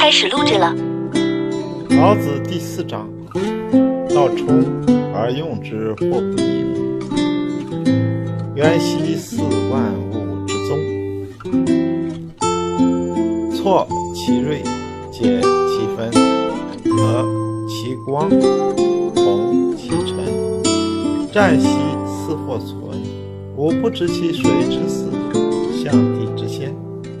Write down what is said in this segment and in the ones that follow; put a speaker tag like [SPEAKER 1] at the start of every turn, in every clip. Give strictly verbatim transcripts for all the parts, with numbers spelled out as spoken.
[SPEAKER 1] 开始录制了。
[SPEAKER 2] 老子第四章：道冲而用之，或不盈。渊兮似万物之宗，错其锐，解其分，和其光，同其尘。战兮似或存，吾不知其谁之死，象帝之先。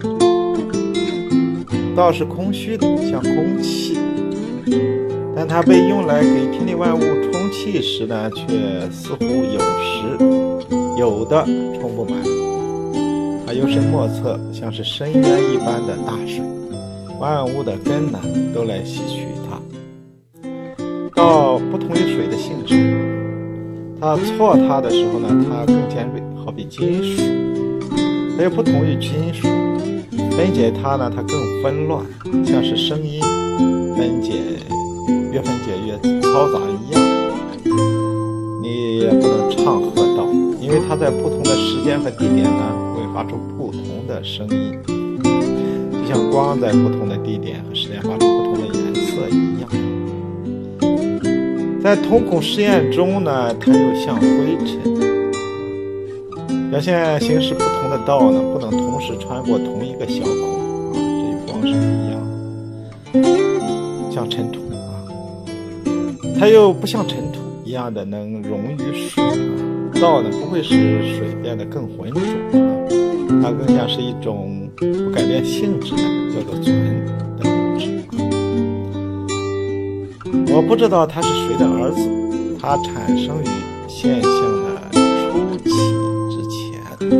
[SPEAKER 2] 道是空虚的，像空气，但它被用来给天地万物充气时呢，却似乎有时有的充不满。它幽深莫测，像是深渊一般的大水，万物的根呢都来吸取它。道不同于水的性质，它错它的时候呢，它更尖锐，好比金属。它又不同于金属，分解它呢，它更纷乱，像是声音分解越分解越嘈杂一样。你也不能唱和道，因为它在不同的时间和地点呢，会发出不同的声音，就像光在不同的地点和时间发出不同的颜色一样。在瞳孔实验中呢，它又像灰尘。表现形式不同的道呢，不能同时穿过同一个小孔啊，这与光是不一样的。像尘土啊，它又不像尘土一样的能溶于水啊。道呢不会使水变得更浑浊啊，它更像是一种不改变性质的，叫做存的物质啊。我不知道他是谁的儿子，他产生于现象的初期之前。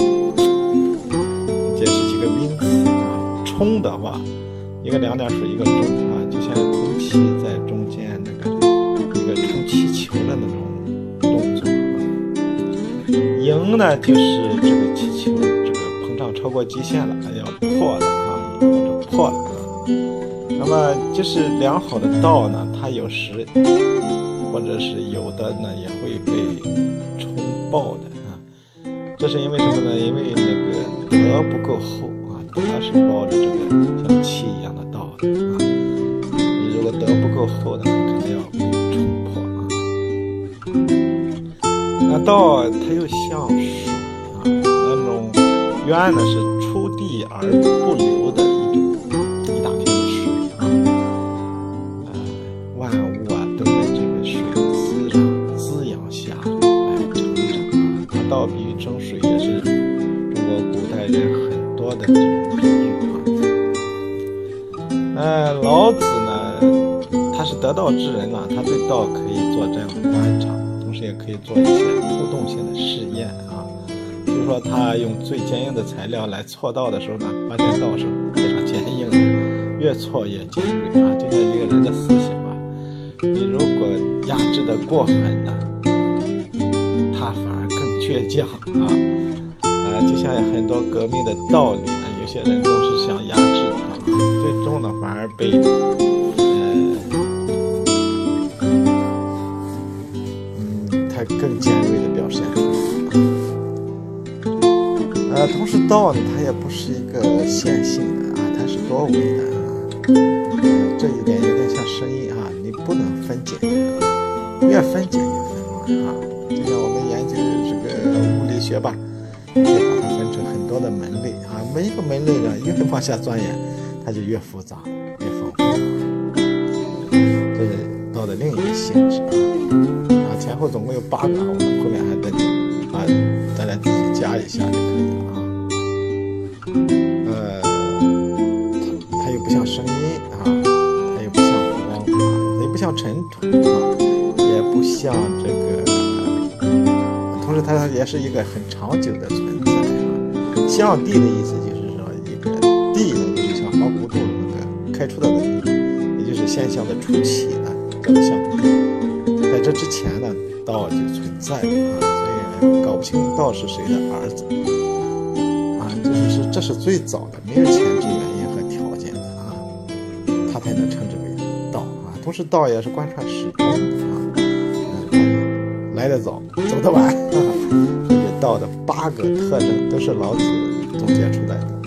[SPEAKER 2] 解释几个名词啊，冲的话，一个两点水，一个中啊，就像空气在中间那个一个充气球的那种动作啊。盈呢，就是这个气球这个膨胀超过极限了，要破了啊，或者破了啊。那么就是良好的道呢，它有时或者是有的呢也会被冲爆的啊。这是因为什么呢？因为那个德不够厚啊，它是抱着这个像气一样的道的啊。你如果德不够厚的，肯定要被冲破啊。那道它又像水啊，那种渊呢是出地而不流的一种一大片的水啊。呃，万物啊都在这个水的滋长滋养下来成长啊。那道比喻成水也是中国古代人很多的这种比喻啊。呃，老子呢，他是得道之人啊，他对道可以做这样的观察，同时也可以做一些互动性的试验啊。比如说他用最坚硬的材料来锉道的时候呢，发现道是非常坚硬的，越锉越尖锐啊，就像一个人的思想啊，你如果压制的过狠呢，他反而更倔强啊。呃，就像很多革命的道理呢，有些人都是想压制它，最终呢反而被呃嗯它更尖锐的表现出来。呃，同时道呢，它也不是一个线性的啊，它是多维的啊。呃，这一点有点像声音啊，你不能分解它，越分解越纷乱啊。就像我们研究这个物理学吧，可以把它分成很多的门类啊，每一个门类呢越往下钻研，它就越复杂越丰富啊。这是道的另一个性质啊。啊，前后总共有八个，我们后面还得啊，大家自己加一下就可以了啊。呃，它又不像声音啊，它又不像光啊，它又不像尘土啊，也不像这个。同时它也是一个很长久的存在啊。象地的意思就是说，一个地呢，就是像好古土那个开出的那个，也就是现象的初期呢，叫做象地。在这之前呢，道就存在啊，所以搞不清道是谁的儿子啊，就是是这是最早的，没有前置原因和条件的啊，它才能称之为道啊。同时道也是贯穿始终啊。来得早，走得晚，这些道的八个特征都是老子总结出来的。